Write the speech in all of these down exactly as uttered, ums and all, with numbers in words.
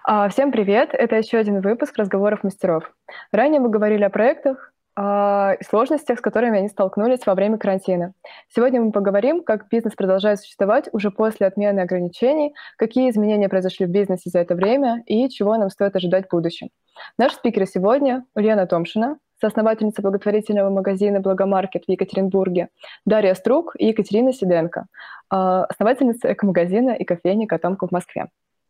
А, Всем привет! Это еще один выпуск «Разговоров мастеров». Ранее мы говорили о проектах а, и сложностях, с которыми они столкнулись во время карантина. Сегодня мы поговорим, как бизнес продолжает существовать уже после отмены ограничений, какие изменения произошли в бизнесе за это время и чего нам стоит ожидать в будущем. Наши спикеры сегодня — Ульяна Томшина, соосновательница благотворительного магазина «Благомаркет» в Екатеринбурге, Дарья Струк и Екатерина Сиденко, а, основательница эко-магазина и кофейни «Котомка» в Москве.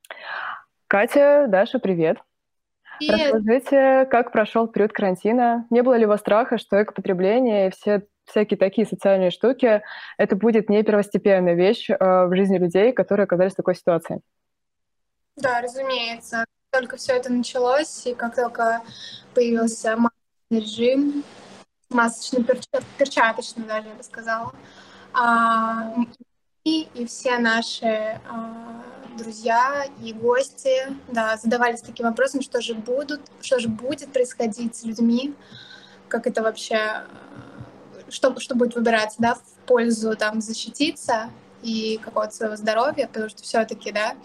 Катя, Даша, привет. Привет. Расскажите, как прошел период карантина? Не было ли у вас страха, что экопотребление и все всякие такие социальные штуки — это будет не первостепенная вещь э, в жизни людей, которые оказались в такой ситуации? Да, разумеется. Как только все это началось, и как только появился масочный режим, масочно-перчаточный даже, я бы сказала, а, и, и все наши а, друзья и гости, да, задавались таким вопросом, что же будут, что же будет происходить с людьми, как это вообще, а, что, что будет выбираться, да, в пользу там защититься и какого-то своего здоровья, потому что все-таки, да,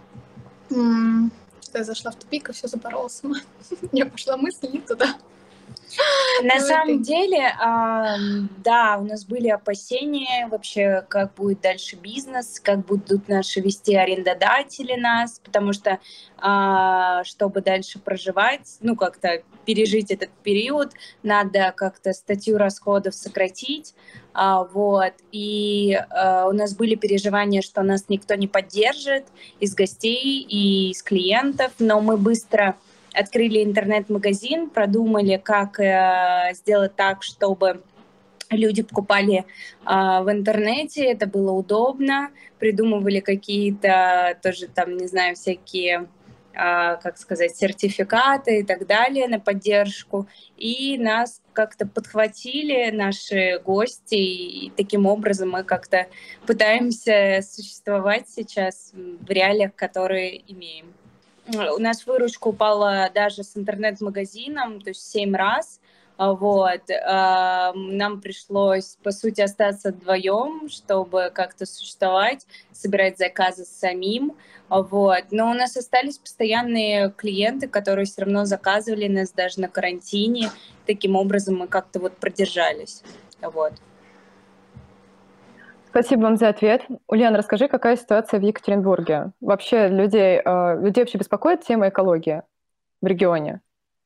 М, что я зашла в тупик и все запорола сама. Я пошла мысль не туда. На Ну, самом это- деле, ам, да, у нас были опасения вообще, как будет дальше бизнес, как будут наши вести арендодатели нас, потому что, а, чтобы дальше проживать, ну, как-то пережить этот период, надо как-то статью расходов сократить, а, вот, и а, у нас были переживания, что нас никто не поддержит из гостей и из клиентов, но мы быстро открыли интернет-магазин, продумали, как э, сделать так, чтобы люди покупали э, в интернете, это было удобно, придумывали какие-то тоже там, не знаю, всякие, э, как сказать, сертификаты и так далее на поддержку, и нас как-то подхватили наши гости, и таким образом мы как-то пытаемся существовать сейчас в реалиях, которые имеем. У нас выручка упала даже с интернет-магазином, то есть семь раз. А, Вот. а, Нам пришлось, по сути, остаться вдвоем, чтобы как-то существовать, собирать заказы самим. А, Вот. Но у нас остались постоянные клиенты, которые все равно заказывали нас даже на карантине. Таким образом мы как-то вот продержались. Вот. Спасибо вам за ответ. Ульяна, расскажи, какая ситуация в Екатеринбурге? Вообще людей, э, людей вообще беспокоит тема экологии в регионе?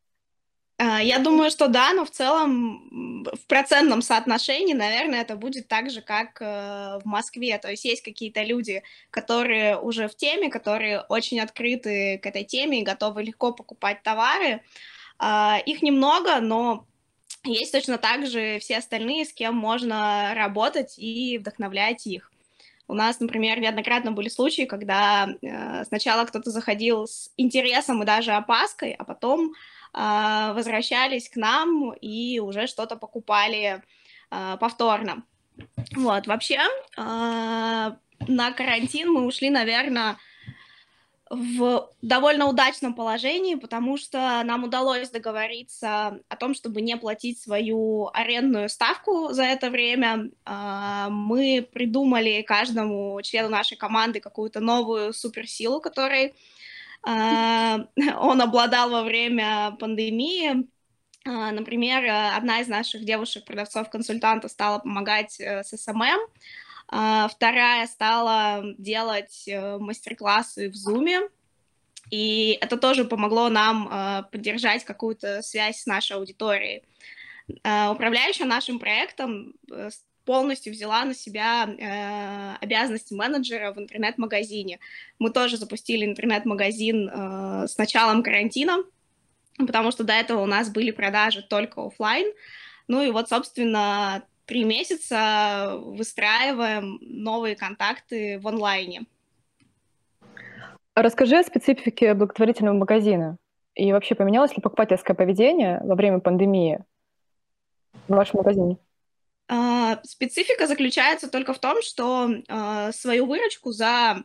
А, Я думаю, что да, но в целом м, в процентном соотношении, наверное, это будет так же, как э, в Москве. То есть есть какие-то люди, которые уже в теме, которые очень открыты к этой теме и готовы легко покупать товары. А, Их немного, но есть точно так же все остальные, с кем можно работать и вдохновлять их. У нас, например, неоднократно были случаи, когда э, сначала кто-то заходил с интересом и даже опаской, а потом э, возвращались к нам и уже что-то покупали э, повторно. Вот, вообще, э, на карантин мы ушли, наверное, в довольно удачном положении, потому что нам удалось договориться о том, чтобы не платить свою арендную ставку за это время. А, Мы придумали каждому члену нашей команды какую-то новую суперсилу, которой а, он обладал во время пандемии. А, Например, э, одна из наших девушек-продавцов-консультантов стала помогать э, с эс эм эм, а вторая стала делать э, мастер-классы в Zoom, и это тоже помогло нам э, поддержать какую-то связь с нашей аудиторией. Э, управляющая нашим проектом э, полностью взяла на себя э, обязанности менеджера в интернет-магазине. Мы тоже запустили интернет-магазин э, с началом карантина, потому что до этого у нас были продажи только офлайн. Ну и вот, собственно, три месяца выстраиваем новые контакты в онлайне. Расскажи о специфике благотворительного магазина. И вообще, поменялось ли покупательское поведение во время пандемии в вашем магазине? А, Специфика заключается только в том, что а, свою выручку за,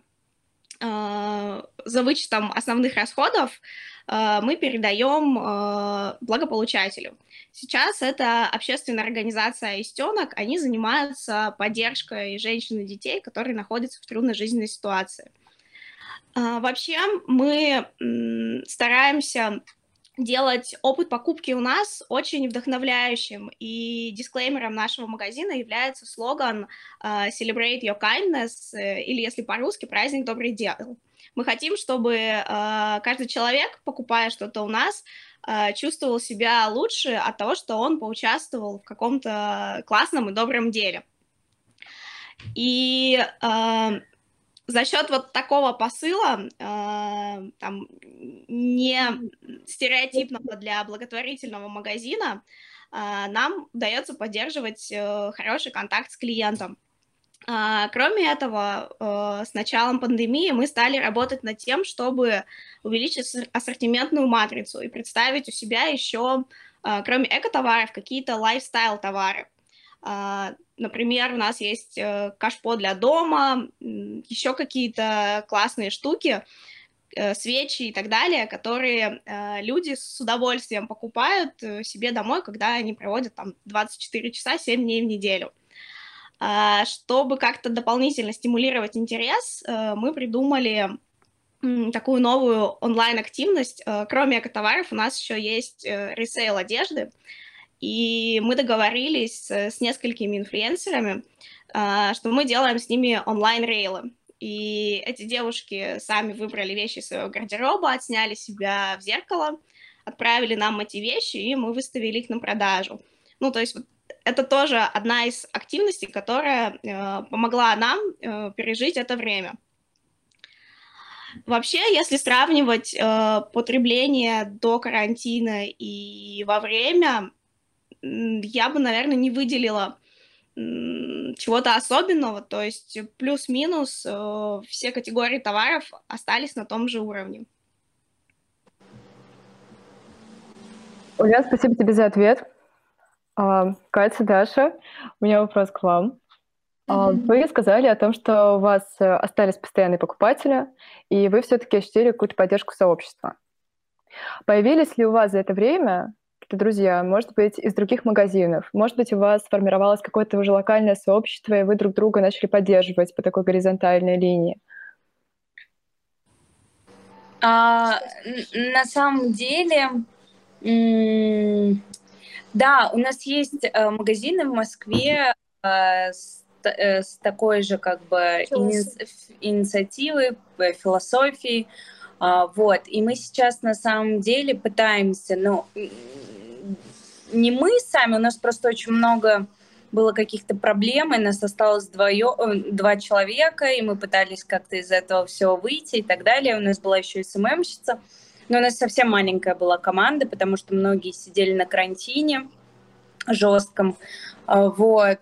а, за вычетом основных расходов а, мы передаем а, благополучателю. Сейчас это общественная организация «Аистенок», они занимаются поддержкой женщин и детей, которые находятся в трудной жизненной ситуации. А, вообще мы м, стараемся делать опыт покупки у нас очень вдохновляющим, и дисклеймером нашего магазина является слоган а, Celebrate Your Kindness, э, или, если по-русски, праздник добрых дел. Мы хотим, чтобы а, каждый человек, покупая что-то у нас, а, чувствовал себя лучше от того, что он поучаствовал в каком-то классном и добром деле. И а, за счет вот такого посыла, э, там, не стереотипного для благотворительного магазина, э, нам удается поддерживать э, хороший контакт с клиентом. А, кроме этого, э, с началом пандемии мы стали работать над тем, чтобы увеличить ассортиментную матрицу и представить у себя еще, э, кроме эко-товаров, какие-то лайфстайл-товары. Uh, например, у нас есть uh, кашпо для дома, еще какие-то классные штуки, uh, свечи и так далее, которые uh, люди с удовольствием покупают uh, себе домой, когда они проводят там двадцать четыре часа, семь дней в неделю. Uh, чтобы как-то дополнительно стимулировать интерес, uh, мы придумали um, такую новую онлайн-активность. Uh, кроме эко-товаров у нас еще есть uh, ресейл одежды. И мы договорились с несколькими инфлюенсерами, что мы делаем с ними онлайн-рейлы. И эти девушки сами выбрали вещи из своего гардероба, отсняли себя в зеркало, отправили нам эти вещи, и мы выставили их на продажу. Ну, то есть вот это тоже одна из активностей, которая помогла нам пережить это время. Вообще, если сравнивать потребление до карантина и во время, я бы, наверное, не выделила чего-то особенного, то есть плюс-минус э, все категории товаров остались на том же уровне. Уля, спасибо тебе за ответ. А, Катя, Даша, у меня вопрос к вам. Mm-hmm. Вы сказали о том, что у вас остались постоянные покупатели, и вы все-таки ощутили какую-то поддержку сообщества. Появились ли у вас за это время друзья, может быть, из других магазинов? Может быть, у вас сформировалось какое-то уже локальное сообщество, и вы друг друга начали поддерживать по такой горизонтальной линии? А, на самом деле, да, у нас есть магазины в Москве с, с такой же как бы инициативой, философией. Вот, и мы сейчас на самом деле пытаемся, ну, не мы сами, у нас просто очень много было каких-то проблем, и нас осталось вдвоем, два человека, и мы пытались как-то из этого всего выйти и так далее. У нас была еще эс эм эм-щица, но у нас совсем маленькая была команда, потому что многие сидели на карантине жестком, вот.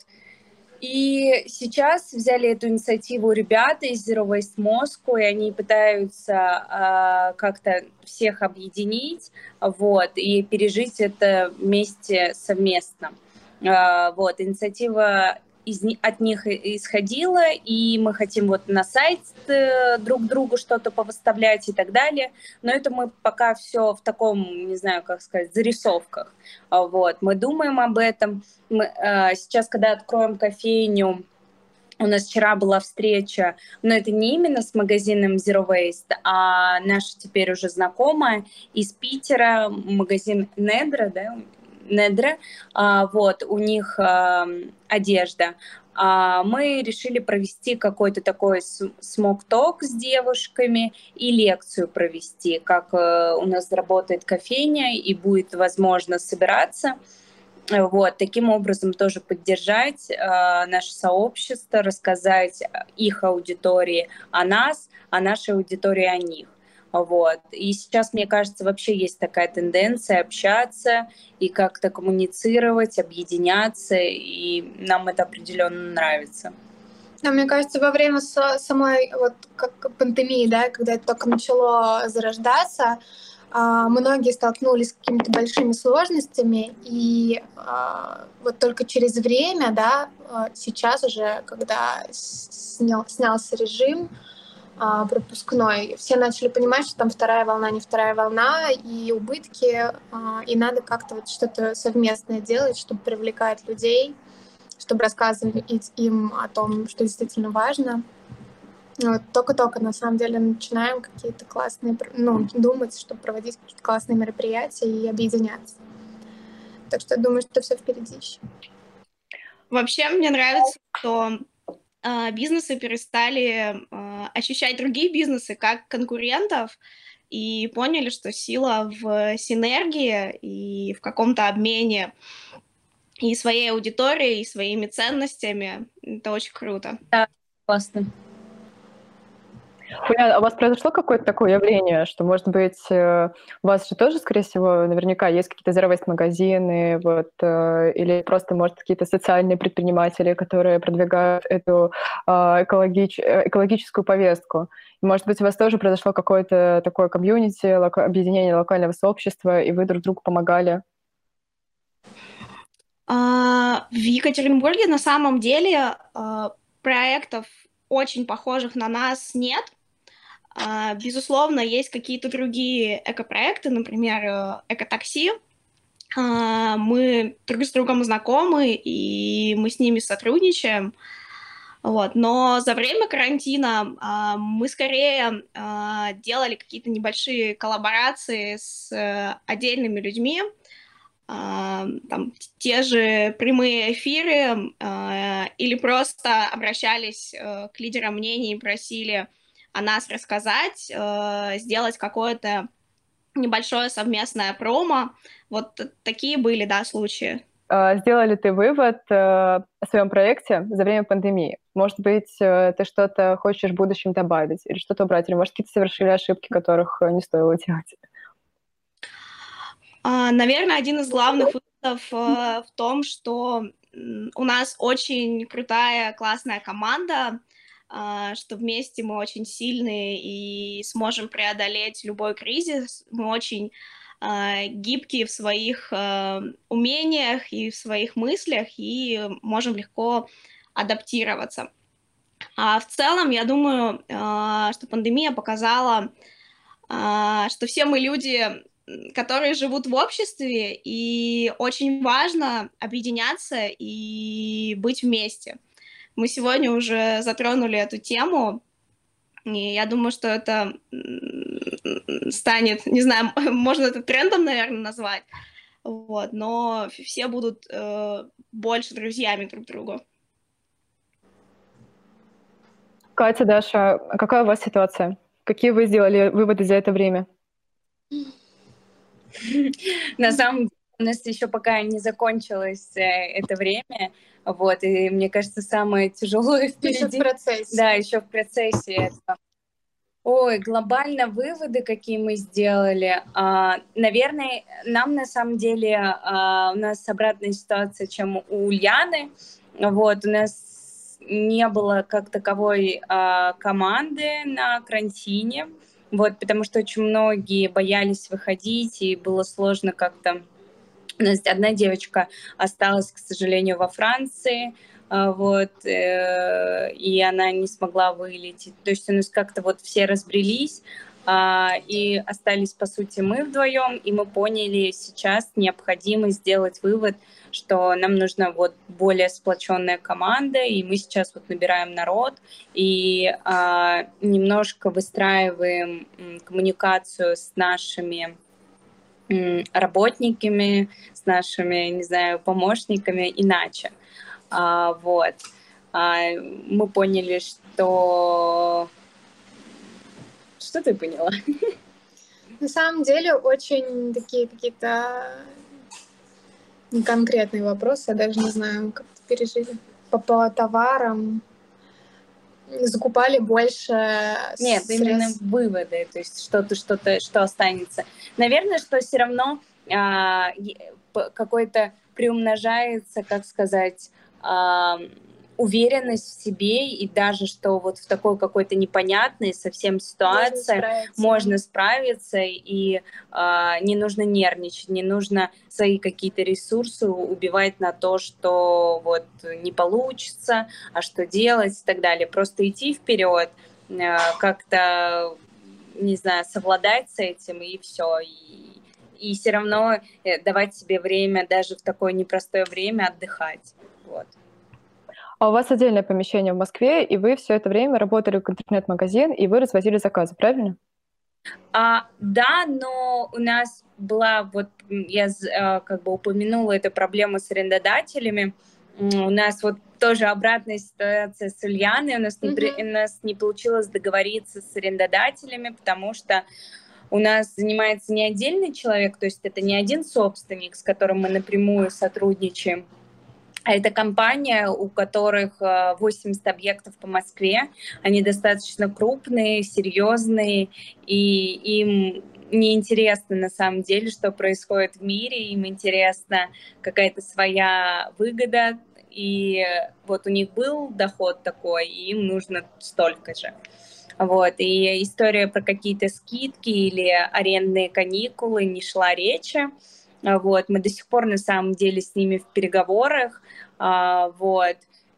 И сейчас взяли эту инициативу ребята из Zero Waste Moscow, и они пытаются э, как-то всех объединить, вот, и пережить это вместе совместно. Э, вот, инициатива из, от них исходила, и мы хотим вот на сайт э, друг другу что-то повыставлять и так далее, но это мы пока все в таком, не знаю, как сказать, зарисовках. Вот, мы думаем об этом. Мы, э, сейчас, когда откроем кофейню, у нас вчера была встреча, но это не именно с магазином Zero Waste, а наша теперь уже знакомая из Питера, магазин Недра, да, Недра, а, вот, у них а, одежда. А, мы решили провести какой-то такой смок-ток с девушками и лекцию провести, как а, у нас работает кофейня и будет возможно собираться. Вот, таким образом тоже поддержать э, наше сообщество, рассказать их аудитории о нас, а нашей аудитории о них. Вот. И сейчас, мне кажется, вообще есть такая тенденция общаться и как-то коммуницировать, объединяться, и нам это определенно нравится. Да, мне кажется, во время самой вот, как пандемии, да, когда это только начало зарождаться, многие столкнулись с какими-то большими сложностями, и а, вот только через время, да, сейчас уже, когда снял, снялся режим а, пропускной, все начали понимать, что там вторая волна, не вторая волна, и убытки, а, и надо как-то вот что-то совместное делать, чтобы привлекать людей, чтобы рассказывать им о том, что действительно важно. Вот, только-только, на самом деле, начинаем какие-то классные, ну, думать, чтобы проводить какие-то классные мероприятия и объединяться. Так что я думаю, что все впереди еще. Вообще, мне нравится, что э, бизнесы перестали э, ощущать другие бизнесы как конкурентов и поняли, что сила в синергии и в каком-то обмене и своей аудиторией, и своими ценностями. Это очень круто. Да, классно. Уля, а у вас произошло какое-то такое явление, что, может быть, э, у вас же тоже, скорее всего, наверняка есть какие-то zero-waste-магазины, вот, э, или просто, может, какие-то социальные предприниматели, которые продвигают эту э, экологич... э, экологическую повестку. И, может быть, у вас тоже произошло какое-то такое комьюнити, лока... объединение локального сообщества, и вы друг другу помогали? А, в Екатеринбурге на самом деле а, проектов очень похожих на нас нет. Uh, безусловно, есть какие-то другие экопроекты, например, экотакси. Uh, мы друг с другом знакомы, и мы с ними сотрудничаем. Вот. Но за время карантина uh, мы скорее uh, делали какие-то небольшие коллаборации с uh, отдельными людьми. Uh, там, те же прямые эфиры uh, или просто обращались uh, к лидерам мнений и просили о нас рассказать, э, сделать какое-то небольшое совместное промо. Вот такие были, да, случаи. Сделали ты вывод э, о своем проекте за время пандемии? Может быть, э, ты что-то хочешь в будущем добавить или что-то убрать? Или, может, какие-то совершили ошибки, которых не стоило делать? А, наверное, один из главных выводов э, в том, что у нас очень крутая, классная команда, что вместе мы очень сильные и сможем преодолеть любой кризис. Мы очень э, гибкие в своих э, умениях и в своих мыслях и можем легко адаптироваться. А в целом, я думаю, э, что пандемия показала, э, что все мы люди, которые живут в обществе, и очень важно объединяться и быть вместе. Мы сегодня уже затронули эту тему, и я думаю, что это станет, не знаю, можно это трендом, наверное, назвать, вот, но все будут э, больше друзьями друг другу. Катя, Даша, какая у вас ситуация? Какие вы сделали выводы за это время? На самом деле, у нас еще пока не закончилось это время. Вот, и мне кажется, самое тяжелое впереди. Еще в процессе. Да, еще в процессе этого. Ой, глобально выводы, какие мы сделали. А, наверное, нам на самом деле а, у нас обратная ситуация, чем у Ульяны. Вот, у нас не было как таковой а, команды на карантине. Вот, потому что очень многие боялись выходить, и было сложно как-то. У нас одна девочка осталась, к сожалению, во Франции, вот, и она не смогла вылететь. То есть у нас как-то вот все разбрелись, и остались, по сути, мы вдвоем, и мы поняли сейчас необходимо сделать вывод, что нам нужна вот более сплоченная команда, и мы сейчас вот набираем народ и немножко выстраиваем коммуникацию с нашими работниками, с нашими, не знаю, помощниками иначе. А, вот. А, мы поняли, что... Что ты поняла? На самом деле очень такие какие-то неконкретные вопросы, я даже не знаю, как это пережили. По, по товарам закупали больше Нет, средств. Именно выводы, то есть что-то, что-то, что останется. Наверное, что все равно а, какой-то приумножается, как сказать, а, уверенность в себе, и даже что вот в такой какой-то непонятной совсем ситуации можно справиться, можно справиться и а, не нужно нервничать, не нужно свои какие-то ресурсы убивать на то, что вот не получится, а что делать и так далее. Просто идти вперед, а, как-то, не знаю, совладать с этим, и все. И, и все равно давать себе время, даже в такое непростое время, отдыхать. Вот. А у вас отдельное помещение в Москве, и вы все это время работали как интернет-магазин, и вы развозили заказы, правильно? А, да, но у нас была, вот я а, как бы упомянула эту проблему с арендодателями. У нас вот тоже обратная ситуация с Ульяной. У нас, mm-hmm. не, при, у нас не получилось договориться с арендодателями, потому что у нас занимается не отдельный человек, то есть это не один собственник, с которым мы напрямую сотрудничаем, а это компания, у которых восемьдесят объектов по Москве. Они достаточно крупные, серьезные, и им неинтересно на самом деле, что происходит в мире. Им интересна какая-то своя выгода. И вот у них был доход такой, и им нужно столько же. Вот. И история про какие-то скидки или арендные каникулы не шла речи. Вот. Мы до сих пор на самом деле с ними в переговорах, а, вот.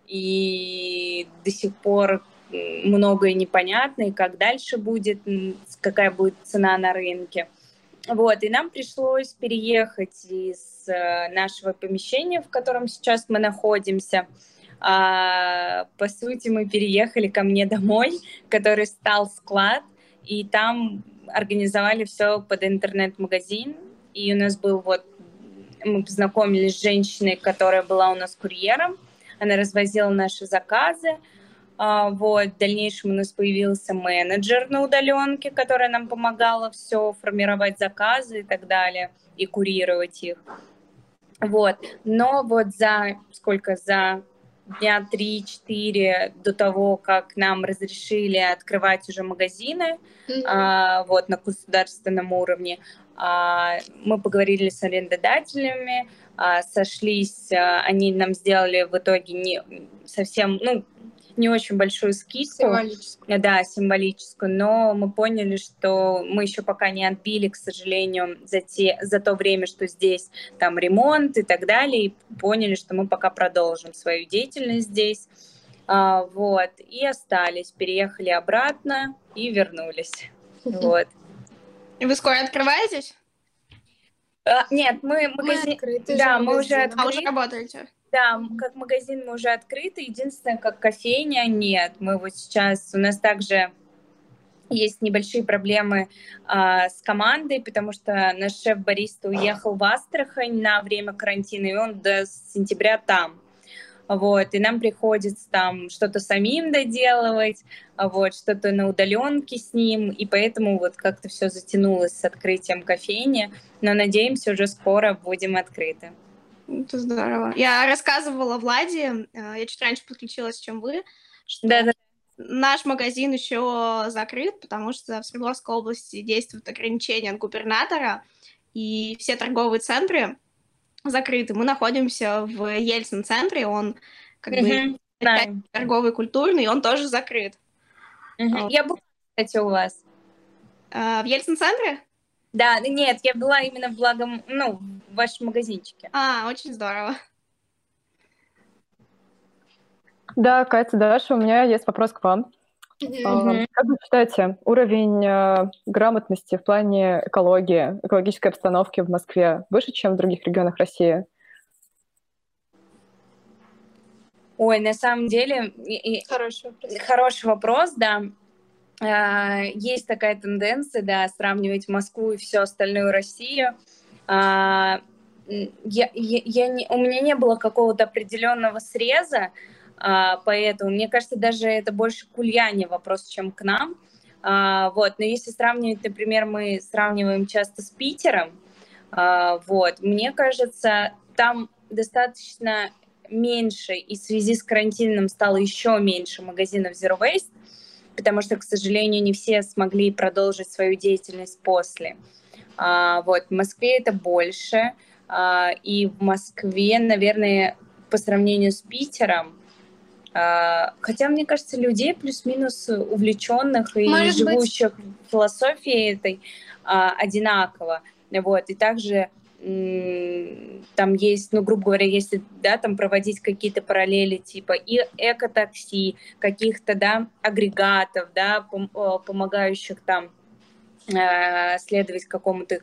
И до сих пор многое непонятно, и как дальше будет, какая будет цена на рынке. Вот. И нам пришлось переехать из нашего помещения, в котором сейчас мы находимся. А, по сути, мы переехали ко мне домой, который стал склад, и там организовали все под интернет-магазин. И у нас был вот, мы познакомились с женщиной, которая была у нас курьером, она развозила наши заказы, а, вот, в дальнейшем у нас появился менеджер на удаленке, которая нам помогала все формировать заказы и так далее, и курировать их, вот, но вот за, сколько, за дня три-четыре до того, как нам разрешили открывать уже магазины, mm-hmm. а, вот, на государственном уровне, а, мы поговорили с арендодателями, а, сошлись, а, они нам сделали в итоге не совсем, ну, не очень большую скидку. Символическую. Да, символическую, но мы поняли, что мы еще пока не отбили, к сожалению, за, те, за то время, что здесь там ремонт и так далее, и поняли, что мы пока продолжим свою деятельность здесь. А, вот, и остались, переехали обратно и вернулись. Вот. И вы скоро открываетесь? А, нет, мы магазин... Мы открыты, да, мы уже открыты. А уже работаете? Да, как магазин мы уже открыты. Единственное, как кофейня, нет. Мы вот сейчас, у нас также есть небольшие проблемы а, с командой, потому что наш шеф-бариста уехал в Астрахань на время карантина, и он до сентября там. Вот, и нам приходится там что-то самим доделывать, вот, что-то на удаленке с ним, и поэтому вот как-то все затянулось с открытием кофейни, но надеемся, уже скоро будем открыты. Это здорово. Я рассказывала Владе, я чуть раньше подключилась, чем вы, что да, да. наш магазин еще закрыт, потому что в Свердловской области действуют ограничения от губернатора, и все торговые центры закрыты. Мы находимся в Ельцин-центре, он как uh-huh. бы торговый, культурный, и он тоже закрыт. Uh-huh. Я была, кстати, у вас. А, в Ельцин-центре? Да, нет, я была именно в благом, ну, в вашем магазинчике. А, очень здорово. Да, Катя, Даша, у меня есть вопрос к вам. Mm-hmm. Как вы считаете, уровень э, грамотности в плане экологии, экологической обстановки в Москве выше, чем в других регионах России? Ой, на самом деле... Хороший вопрос. Хороший вопрос, да. Есть такая тенденция, да, сравнивать Москву и всю остальную Россию. Я, я, я не, у меня не было какого-то определенного среза, поэтому, мне кажется, даже это больше к Ульяне вопрос, чем к нам. Вот. Но если сравнивать, например, мы сравниваем часто с Питером, вот, мне кажется, там достаточно меньше, и в связи с карантином стало еще меньше магазинов Zero Waste, потому что, к сожалению, не все смогли продолжить свою деятельность после. А, вот, в Москве это больше, а, и в Москве, наверное, по сравнению с Питером, а, хотя, мне кажется, людей плюс-минус увлеченных и Может живущих быть... в философии этой а, одинаково. Вот, и также там есть, ну, грубо говоря, если, да, там проводить какие-то параллели типа и экотакси, каких-то, да, агрегатов, да, пом- помогающих там э, следовать какому-то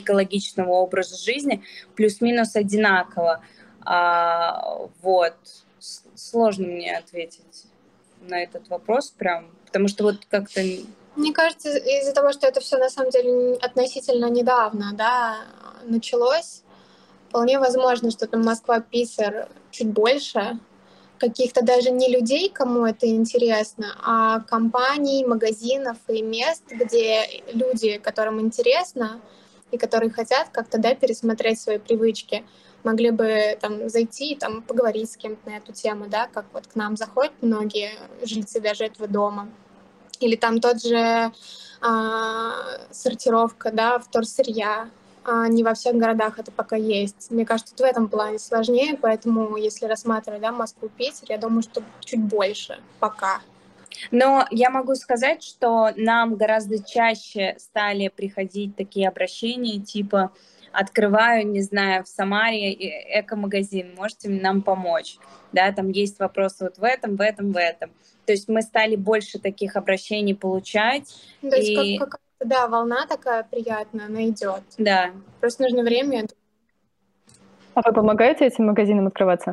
экологичному образу жизни, плюс-минус одинаково. А, вот. сложно мне ответить на этот вопрос прям, потому что вот как-то... Мне кажется, из-за того, что это все на самом деле относительно недавно, да, началось, вполне возможно, что там Москва-Питер чуть больше, каких-то даже не людей, кому это интересно, а компаний, магазинов и мест, где люди, которым интересно и которые хотят как-то, да, пересмотреть свои привычки, могли бы там зайти и там поговорить с кем-то на эту тему, да, как вот к нам заходят многие жильцы даже этого дома. Или там тот же а, сортировка, да, вторсырья. А не во всех городах это пока есть. Мне кажется, в этом плане сложнее, поэтому если рассматривать, да, Москву, Питер, я думаю, что чуть больше пока. Но я могу сказать, что нам гораздо чаще стали приходить такие обращения, типа «открываю, не знаю, в Самаре эко-магазин, можете нам помочь?» Да, там есть вопросы вот в этом, в этом, в этом. То есть мы стали больше таких обращений получать. То есть и... как, какая-то, да, волна такая приятная, она идет. Да. Просто нужно время. А вы помогаете этим магазинам открываться?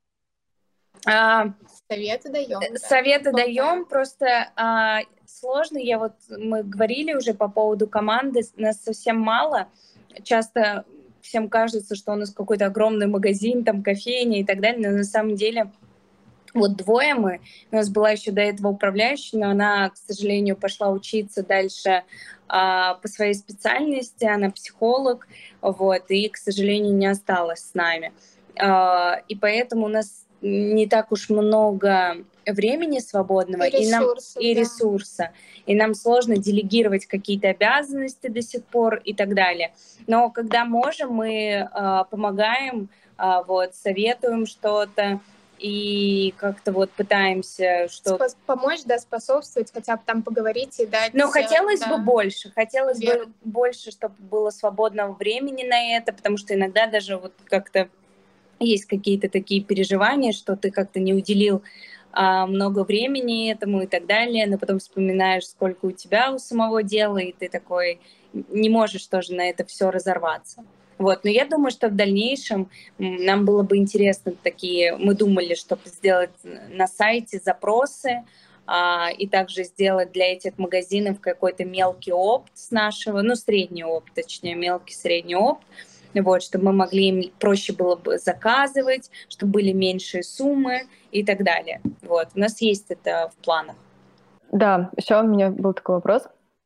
А, советы даем. Да. Советы даем, просто а, сложно. Я вот, мы говорили уже по поводу команды, нас совсем мало. Часто всем кажется, что у нас какой-то огромный магазин, там кофейня и так далее, но на самом деле вот двое мы. У нас была еще до этого управляющая, но она, к сожалению, пошла учиться дальше а, по своей специальности, она психолог, вот, и, к сожалению, не осталась с нами. А, и поэтому у нас не так уж много времени свободного и, и, ресурса, нам, и да. ресурса. И нам сложно делегировать какие-то обязанности до сих пор и так далее. Но когда можем, мы а, помогаем, а, вот, советуем что-то, и как-то вот пытаемся что-то... Помочь, да, способствовать, хотя бы там поговорить и дать... Но хотелось да, бы больше, хотелось веру. бы больше, чтобы было свободного времени на это, потому что иногда даже вот как-то есть какие-то такие переживания, что ты как-то не уделил а, много времени этому и так далее, но потом вспоминаешь, сколько у тебя у самого дела, и ты такой не можешь тоже на это все разорваться. Вот. Но я думаю, что в дальнейшем нам было бы интересно такие... Мы думали, чтобы сделать на сайте запросы а, и также сделать для этих магазинов какой-то мелкий опт с нашего, ну, средний опт, точнее, мелкий средний опт, вот, чтобы мы могли им проще было бы заказывать, чтобы были меньшие суммы и так далее. Вот. У нас есть это в планах. Да, еще у меня был такой вопрос.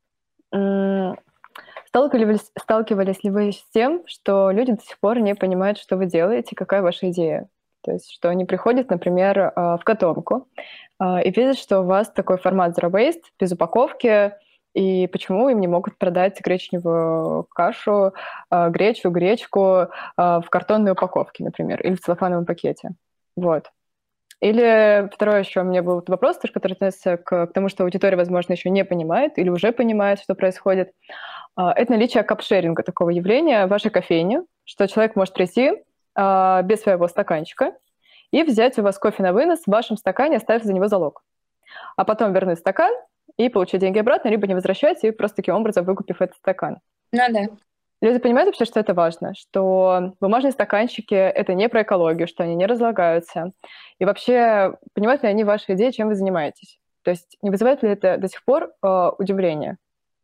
Сталкивались, сталкивались ли вы с тем, что люди до сих пор не понимают, что вы делаете, какая ваша идея? То есть, что они приходят, например, в котомку и видят, что у вас такой формат Zero Waste, без упаковки, и почему им не могут продать гречневую кашу, гречу, гречку в картонной упаковке, например, или в целлофановом пакете. Вот. Или второй еще у меня был вопрос, который относится к, к тому, что аудитория, возможно, еще не понимает или уже понимает, что происходит. Это наличие капшеринга, такого явления в вашей кофейне, что человек может прийти а, без своего стаканчика и взять у вас кофе на вынос в вашем стакане, оставив за него залог. А потом вернуть стакан и получить деньги обратно, либо не возвращать, и просто таким образом выкупив этот стакан. Ну да. Люди понимают вообще, что это важно, что бумажные стаканчики — это не про экологию, что они не разлагаются. И вообще, понимают ли они ваши идеи, чем вы занимаетесь? То есть не вызывает ли это до сих пор э, удивления?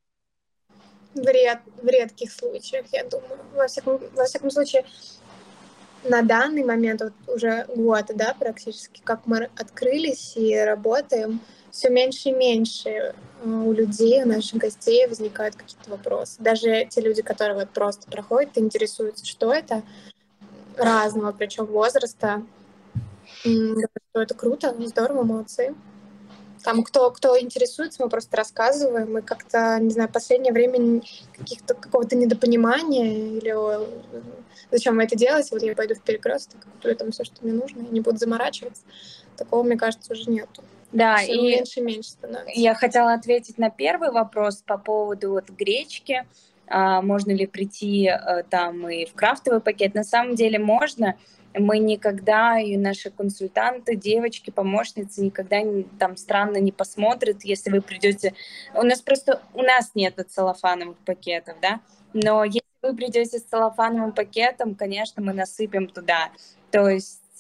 В, ред, в редких случаях, я думаю. Во всяком, во всяком случае, на данный момент, вот уже год, да, практически, как мы открылись и работаем, все меньше и меньше у людей, у наших гостей возникают какие-то вопросы. Даже те люди, которые вот просто проходят, интересуются, что это, разного, причем возраста. Это круто, здорово, молодцы. Там кто, кто интересуется, мы просто рассказываем, и как-то, не знаю, в последнее время каких-то, какого-то недопонимания или зачем вы это делаете, вот я пойду в перекресток, куплю там все, что мне нужно, и не буду заморачиваться. Такого, мне кажется, уже нету. Да, все и меньше и меньше становится. Я хотела ответить на первый вопрос по поводу вот гречки. А, можно ли прийти а, там и в крафтовый пакет? На самом деле можно. Мы никогда, и наши консультанты, девочки, помощницы никогда не, там странно не посмотрят, если вы придете. У нас просто, у нас нет целлофановых пакетов, да, но если вы придете с целлофановым пакетом, конечно, мы насыпем туда. То есть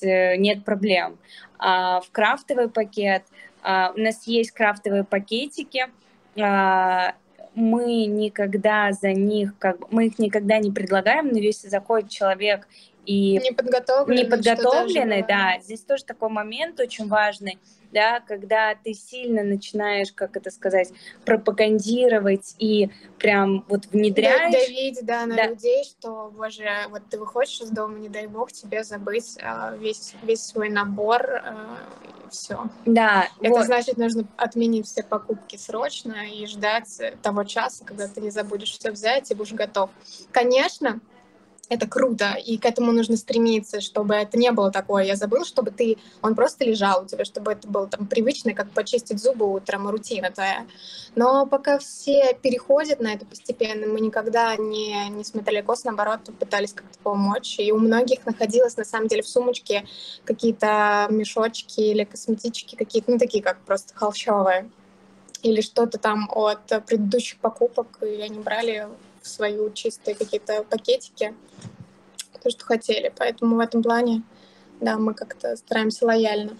есть э, нет проблем. А в крафтовый пакет а, у нас есть крафтовые пакетики, а, мы никогда за них, как бы, мы их никогда не предлагаем, но если заходит человек и неподготовленный, неподготовленный, да, здесь тоже такой момент очень важный, да, когда ты сильно начинаешь, как это сказать, пропагандировать и прям вот внедряешь. Давить, да, на да. людей, что, боже, вот ты выходишь из дома, не дай бог тебе забыть э, весь, весь свой набор, э, и все. Да. Это вот. значит, нужно отменить все покупки срочно и ждать того часа, когда ты не забудешь все взять и будешь готов. Конечно, это круто, и к этому нужно стремиться, чтобы это не было такое. Я забыл, чтобы ты, он просто лежал у тебя, чтобы это было там привычно, как почистить зубы утром, рутина твоя. Но пока все переходят на это постепенно, мы никогда не, не смотрели косо, наоборот, пытались как-то помочь. И у многих находилось, на самом деле, в сумочке какие-то мешочки или косметички какие-то, ну, такие как просто холщовые. Или что-то там от предыдущих покупок, и они брали в свои чистые какие-то пакетики, то, что хотели. Поэтому в этом плане, да, мы как-то стараемся лояльно.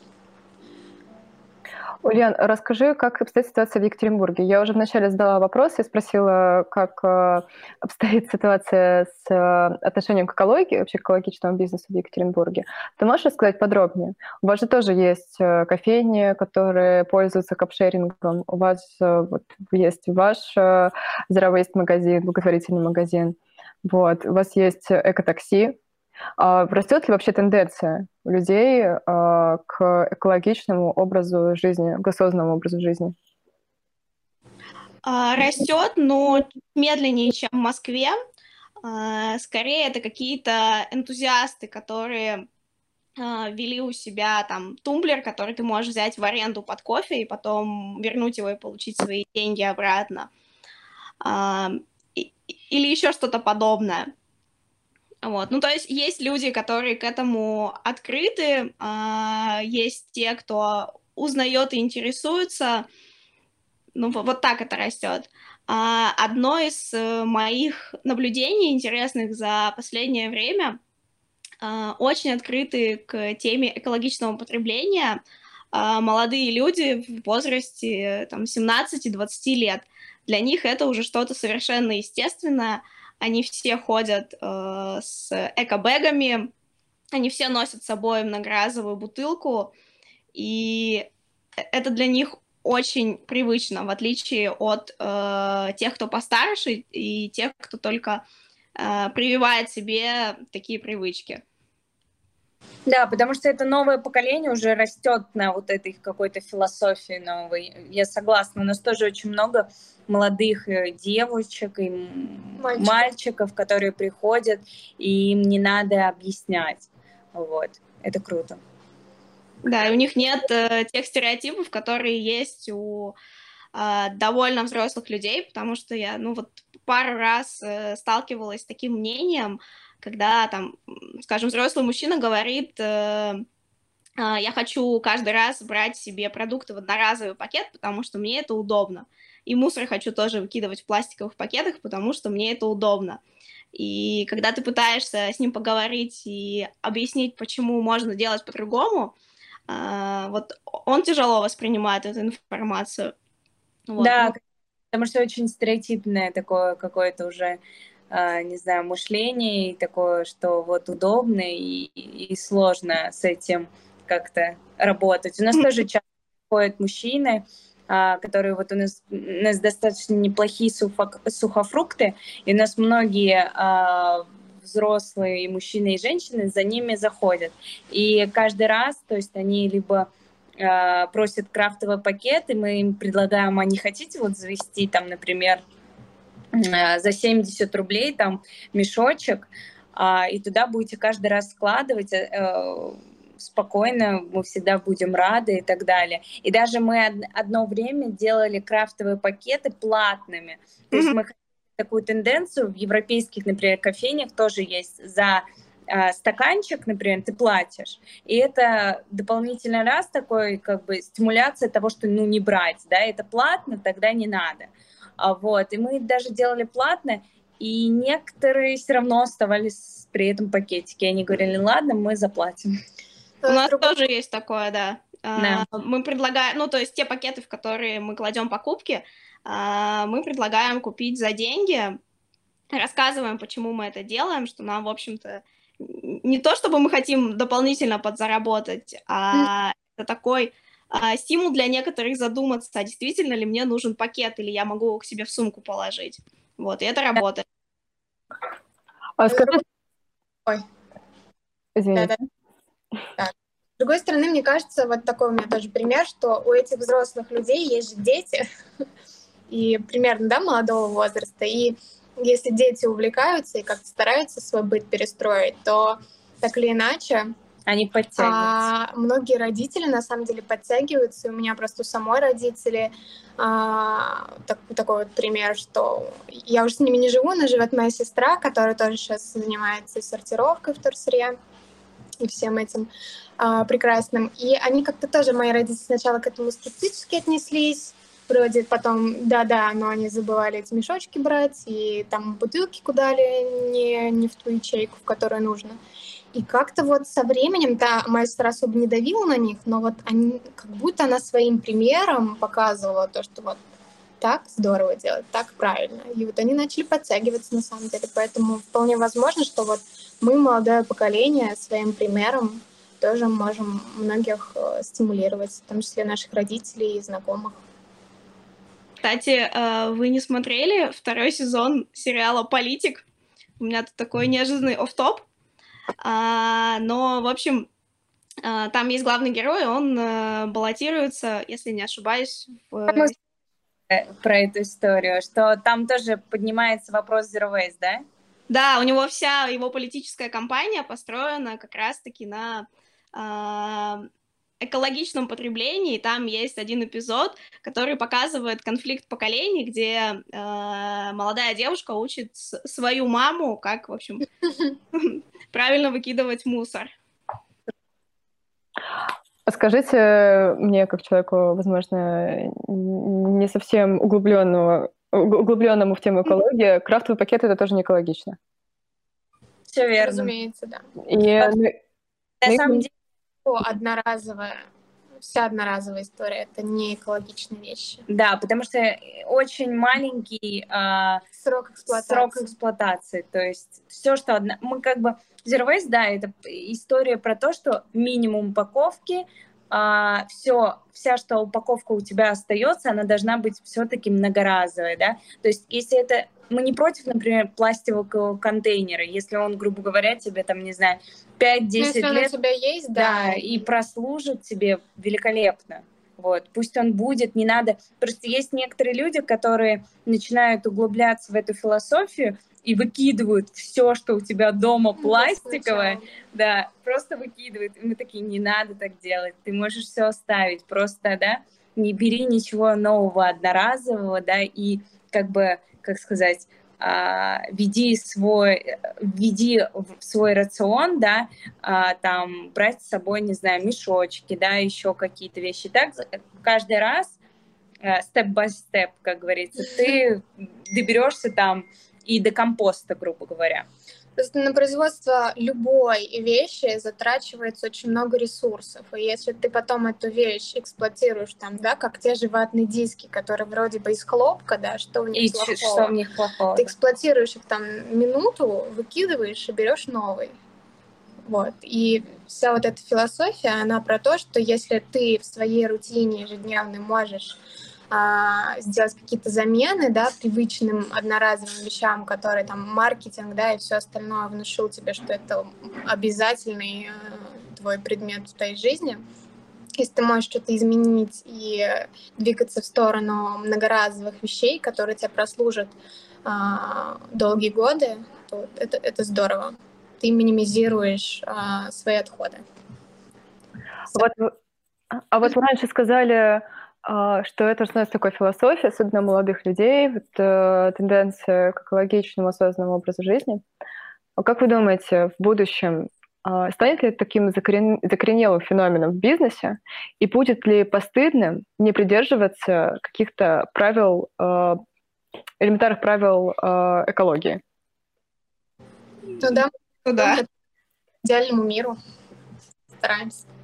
Ульян, расскажи, как обстоит ситуация в Екатеринбурге. Я уже вначале задала вопрос, я спросила, как обстоит ситуация с отношением к экологии, вообще к экологичному бизнесу в Екатеринбурге. Ты можешь рассказать подробнее? У вас же тоже есть кофейни, которые пользуются капшерингом. У вас вот, есть ваш Zero Waste магазин, благотворительный магазин. Вот. У вас есть экотакси. А растет ли вообще тенденция у людей а, к экологичному образу жизни, к осознанному образу жизни? А, растет, но медленнее, чем в Москве. А, скорее, это какие-то энтузиасты, которые а, ввели у себя там тумблер, который ты можешь взять в аренду под кофе и потом вернуть его и получить свои деньги обратно. А, и, или еще что-то подобное. Вот. Ну, то есть есть люди, которые к этому открыты, а, есть те, кто узнает и интересуется. Ну, вот так это растет. А, одно из моих наблюдений интересных за последнее время, а, очень открыты к теме экологичного потребления а, молодые люди в возрасте там, семнадцати-двадцати лет. Для них это уже что-то совершенно естественное. Они все ходят э, с эко-бэгами, они все носят с собой многоразовую бутылку, и это для них очень привычно, в отличие от э, тех, кто постарше, и тех, кто только э, прививает себе такие привычки. Да, потому что это новое поколение уже растет на вот этой какой-то философии новой. Я согласна, у нас тоже очень много молодых девочек и мальчиков, мальчиков которые приходят, и им не надо объяснять. Вот, это круто. Да, и у них нет э, тех стереотипов, которые есть у э, довольно взрослых людей, потому что я, ну вот, пару раз э, сталкивалась с таким мнением, когда там, скажем, взрослый мужчина говорит, э, э, я хочу каждый раз брать себе продукты в одноразовый пакет, потому что мне это удобно. И мусор хочу тоже выкидывать в пластиковых пакетах, потому что мне это удобно. И когда ты пытаешься с ним поговорить и объяснить, почему можно делать по-другому, э, вот он тяжело воспринимает эту информацию. Вот. Да, потому что очень стереотипное такое какое-то уже, не знаю, мышление, и такое, что вот удобно и, и сложно с этим как-то работать. У нас тоже часто ходят мужчины, которые вот у нас, у нас достаточно неплохие сухофрукты, и у нас многие взрослые и мужчины, и женщины за ними заходят. И каждый раз, то есть они либо просят крафтовый пакет, и мы им предлагаем, а не хотите вот завести там, например, за семьдесят рублей там мешочек, и туда будете каждый раз складывать спокойно, мы всегда будем рады и так далее. И даже мы одно время делали крафтовые пакеты платными. То есть мы такую тенденцию в европейских, например, кофейнях тоже есть. За э, стаканчик, например, ты платишь. И это дополнительный раз такой, как бы, стимуляция того, что, ну, не брать, да, это платно, тогда не надо. А, вот, и мы даже делали платно, и некоторые все равно оставались при этом пакетике. Они говорили, ладно, мы заплатим. У нас Другой- тоже есть такое, да. Да. А, Мы предлагаем, ну, то есть те пакеты, в которые мы кладем покупки, а, мы предлагаем купить за деньги, рассказываем, почему мы это делаем, что нам, в общем-то, н- не то, чтобы мы хотим дополнительно подзаработать, а это такой а, стимул для некоторых задуматься, а действительно ли мне нужен пакет, или я могу его к себе в сумку положить. Вот, и это работает. А С скажи, другой- Ой, извините. да-да. Так. С другой стороны, мне кажется, вот такой у меня тоже пример, что у этих взрослых людей есть же дети, и примерно, да, молодого возраста, и если дети увлекаются и как-то стараются свой быт перестроить, то так или иначе Они подтягиваются. а, многие родители на самом деле подтягиваются. И у меня просто у самой родители а, так- такой вот пример, что я уже с ними не живу, но живет моя сестра, которая тоже сейчас занимается сортировкой в вторсырье и всем этим а, прекрасным. И они как-то тоже, мои родители сначала к этому скептически отнеслись, вроде потом, да-да, но они забывали эти мешочки брать, и там бутылки кудали не, не в ту ячейку, в которую нужно. И как-то вот со временем, да, моя сестра особо не давила на них, но вот они, как будто она своим примером показывала то, что вот так здорово делать, так правильно. И вот они начали подтягиваться на самом деле. Поэтому вполне возможно, что вот мы, молодое поколение, своим примером тоже можем многих э, стимулировать, в том числе наших родителей и знакомых. Кстати, э, вы не смотрели второй сезон сериала «Политик»? У меня тут такой неожиданный офф-топ. А, но, в общем, а, там есть главный герой, он э, баллотируется, если не ошибаюсь, в... Э, Про эту историю, что там тоже поднимается вопрос Zero Waste, да? Да, у него вся его политическая кампания построена как раз-таки на а, экологичном потреблении. Там есть один эпизод, который показывает конфликт поколений, где а, молодая девушка учит с- свою маму, как, в общем, правильно выкидывать мусор. А скажите мне, как человеку, возможно, не совсем углубленного, углубленному в тему экологии, крафтовый пакет — это тоже не экологично. Все верно. Разумеется, да. И ну, На ну, самом и- деле, О, одноразовая, вся одноразовая история — это не экологичные вещи. да, потому что очень маленький а, Срок эксплуатации. срок эксплуатации. То есть все, что одна... Мы как бы... Zero Waste, да, это история про то, что минимум упаковки, а, все, вся, что упаковка у тебя остается, она должна быть все-таки многоразовой, да. То есть если это... Мы не против, например, пластикового контейнера, если он, грубо говоря, тебе там, не знаю, Ну, пять-десять если он у лет... тебя есть, Да, да. и прослужит тебе великолепно. Вот, пусть он будет, не надо. Просто есть некоторые люди, которые начинают углубляться в эту философию и выкидывают все, что у тебя дома пластиковое, Сначала. да, просто выкидывают. И мы такие, не надо так делать, ты можешь все оставить, просто, да, не бери ничего нового, одноразового, да, и как бы, как сказать, а, веди свой, введи в свой рацион, да, а, там брать с собой, не знаю, мешочки, да, еще какие-то вещи. Так каждый раз степ-бай-степ, как говорится, ты доберешься там и до компоста, грубо говоря. Просто на производство любой вещи затрачивается очень много ресурсов. И если ты потом эту вещь эксплуатируешь, там, да, как те же ватные диски, которые вроде бы из хлопка, да, что в них И плохого? что в них плохого? Ты эксплуатируешь их там минуту, выкидываешь и берешь новый. Вот. И вся вот эта философия, она про то, что если ты в своей рутине ежедневной можешь а, сделать какие-то замены, да, привычным одноразовым вещам, которые там маркетинг, да, и все остальное внушил тебе, что это обязательный э, твой предмет в твоей жизни. Если ты можешь что-то изменить и двигаться в сторону многоразовых вещей, которые тебе прослужат а, долгие годы, то это, это здорово. Ты минимизируешь а, свои отходы. вот, вы- а вот вы раньше сказали, а, что это становится такой философией, особенно молодых людей, вот, э, тенденция к экологичному, осознанному образу жизни. А как вы думаете, в будущем а, станет ли это таким закорен- закоренелым феноменом в бизнесе, и будет ли постыдным не придерживаться каких-то правил, э, элементарных правил э, экологии? Ну да, Ну да. к идеальному миру стараемся.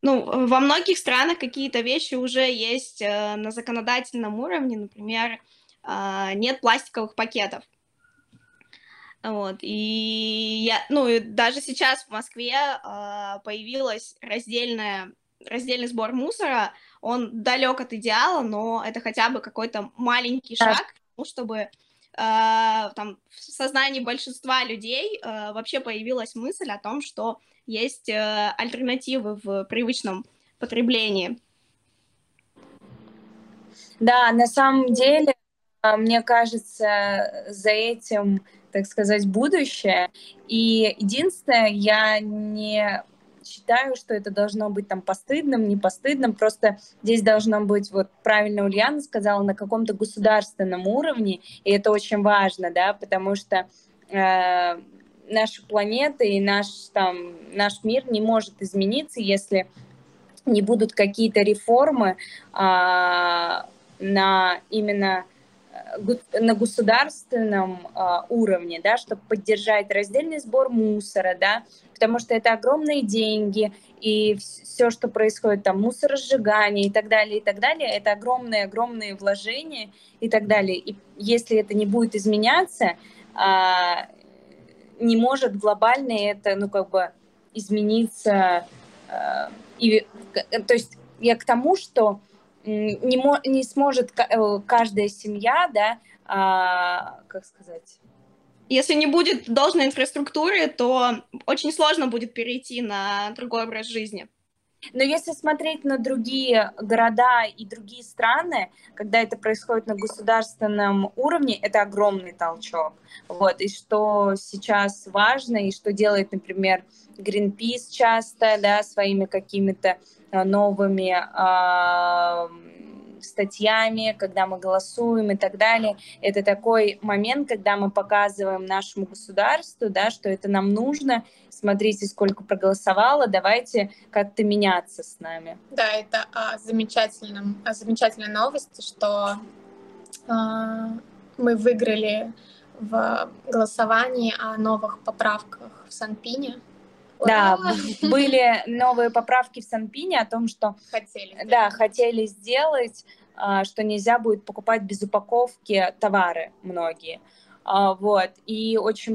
ну, во многих странах какие-то вещи уже есть э, на законодательном уровне, например, э, нет пластиковых пакетов. Вот, и я, ну, и даже сейчас в Москве э, появилась раздельная, раздельный сбор мусора, он далек от идеала, но это хотя бы какой-то маленький шаг к тому, чтобы э, там, в сознании большинства людей э, вообще появилась мысль о том, что есть э, альтернативы в привычном потреблении. Да, на самом деле, мне кажется, за этим, так сказать, будущее. И единственное, я не считаю, что это должно быть там постыдным, не постыдным, просто здесь должно быть, вот правильно Ульяна сказала, на каком-то государственном уровне, и это очень важно, да, потому что э, наша планета и наш, там, наш мир не может измениться, если не будут какие-то реформы а, на именно на государственном а, уровне, да, чтобы поддержать раздельный сбор мусора, да, потому что это огромные деньги, и все, что происходит, там, мусоросжигание и так далее, и так далее, это огромные-огромные вложения и так далее. И если это не будет изменяться, а, не может глобально это, ну, как бы измениться. А, и, то есть я к тому, что не, мо, не сможет каждая семья, да, а, как сказать... Если не будет должной инфраструктуры, то очень сложно будет перейти на другой образ жизни. Но если смотреть на другие города и другие страны, когда это происходит на государственном уровне, это огромный толчок. Вот. И что сейчас важно, и что делает, например, Greenpeace часто, да, своими какими-то новыми э, статьями, когда мы голосуем и так далее. Это такой момент, когда мы показываем нашему государству, да, что это нам нужно. Смотрите, сколько проголосовало, давайте как-то меняться с нами. Да, это о замечательном, о замечательной новости, что э, мы выиграли в голосовании о новых поправках в Санпине. Да, были новые поправки в Санпине о том, что хотели сделать. Да, хотели сделать, что нельзя будет покупать без упаковки товары многие. Вот. И очень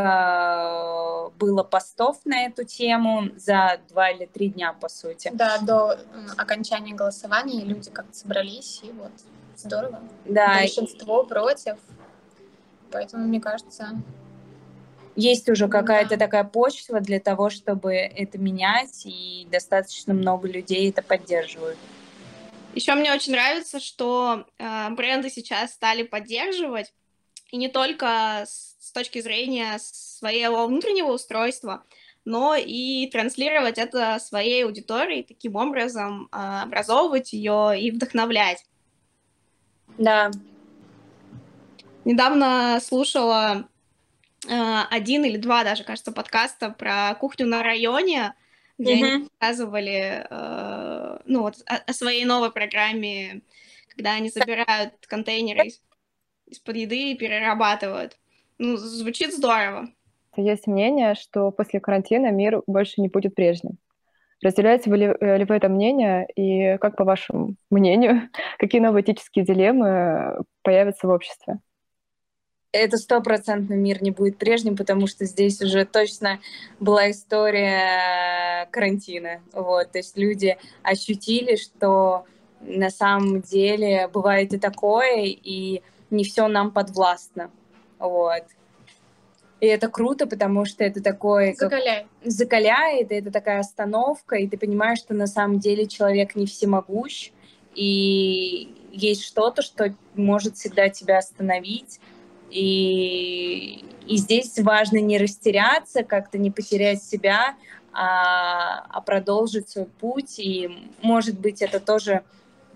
много было постов на эту тему за два или три дня, по сути. Да, до окончания голосования люди как-то собрались, и вот здорово. Да. Большинство против, поэтому, мне кажется... Есть уже какая-то да. такая почва для того, чтобы это менять, и достаточно много людей это поддерживают. Еще мне очень нравится, что э, бренды сейчас стали поддерживать, и не только с, с точки зрения своего внутреннего устройства, но и транслировать это своей аудитории, таким образом э, образовывать ее и вдохновлять. Да. Недавно слушала один или два даже, кажется, подкаста про кухню на районе, где mm-hmm. они рассказывали э, ну, вот, о, о своей новой программе, когда они забирают контейнеры из, из-под еды и перерабатывают. Ну, звучит здорово. Есть мнение, что после карантина мир больше не будет прежним. Разделяете ли, ли вы это мнение, и как, по вашему мнению, какие новые этические дилеммы появятся в обществе? Это стопроцентно мир не будет прежним, потому что здесь уже точно была история карантина. Вот. То есть люди ощутили, что на самом деле бывает и такое, и не все нам подвластно. Вот. И это круто, потому что это такое... Закаляет. Как... Закаляет, и это такая остановка, и ты понимаешь, что на самом деле человек не всемогущ, и есть что-то, что может всегда тебя остановить. И, и здесь важно не растеряться, как-то не потерять себя, а, а продолжить свой путь. И, может быть, это тоже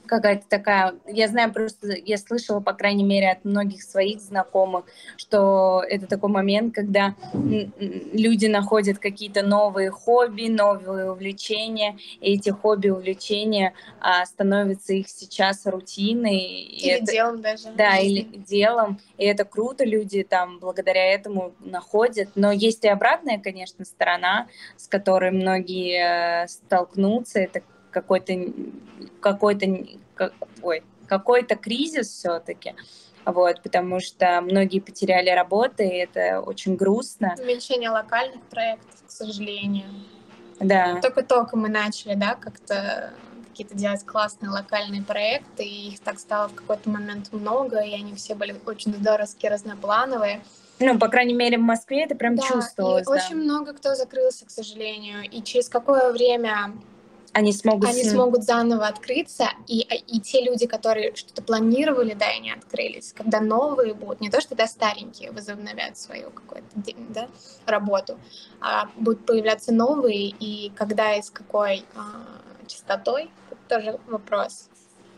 какая-то такая, я знаю просто, я слышала, по крайней мере, от многих своих знакомых, что это такой момент, когда люди находят какие-то новые хобби, новые увлечения, и эти хобби, увлечения а, становятся их сейчас рутиной. Или это, делом даже. Да, или делом, и это круто, люди там благодаря этому находят, но есть и обратная, конечно, сторона, с которой многие столкнутся, это какой-то какой-то ой, какой-то кризис все-таки, вот, потому что многие потеряли работы, и это очень грустно. Уменьшение локальных проектов, к сожалению. Да. Только-только мы начали, да, как-то какие-то делать классные локальные проекты, и их так стало в какой-то момент много, и они все были очень здоровские, разноплановые. Ну, по крайней мере, в Москве это прям да, чувствовалось. И да. очень много кто закрылся, к сожалению, и через какое время они смогут, они смогут заново открыться, и, и те люди, которые что-то планировали, да, и не открылись, когда новые будут, не то, что да, старенькие возобновят свою какую-то да, работу, а будут появляться новые, и когда и с какой а, частотой, это тоже вопрос.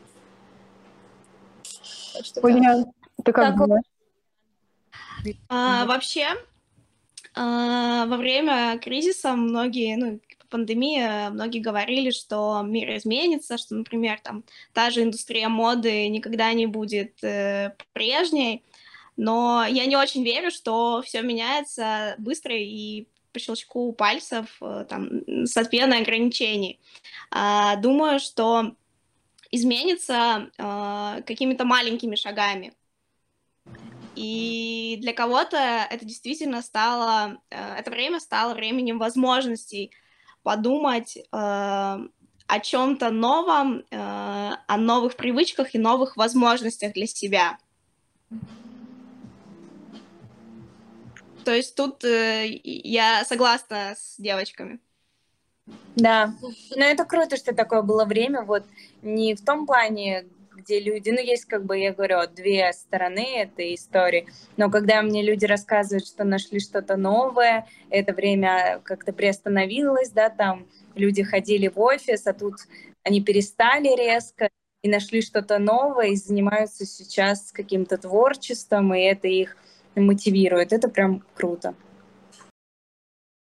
Ульяна, ты как, как думаешь? А, вообще, а, во время кризиса многие, ну, пандемии, многие говорили, что мир изменится, что, например, там та же индустрия моды никогда не будет э, прежней, но я не очень верю, что все меняется быстро и по щелчку пальцев, э, там, с отменой ограничений. А, думаю, что изменится э, какими-то маленькими шагами. И для кого-то это действительно стало, это время стало временем возможностей подумать э, о чем-то новом, э, о новых привычках и новых возможностях для себя. То есть тут э, я согласна с девочками. Да, но это круто, что такое было время, вот не в том плане, где люди, ну, есть, как бы, я говорю, две стороны этой истории, но когда мне люди рассказывают, что нашли что-то новое, это время как-то приостановилось, да, там люди ходили в офис, а тут они перестали резко и нашли что-то новое, и занимаются сейчас каким-то творчеством, и это их мотивирует, это прям круто.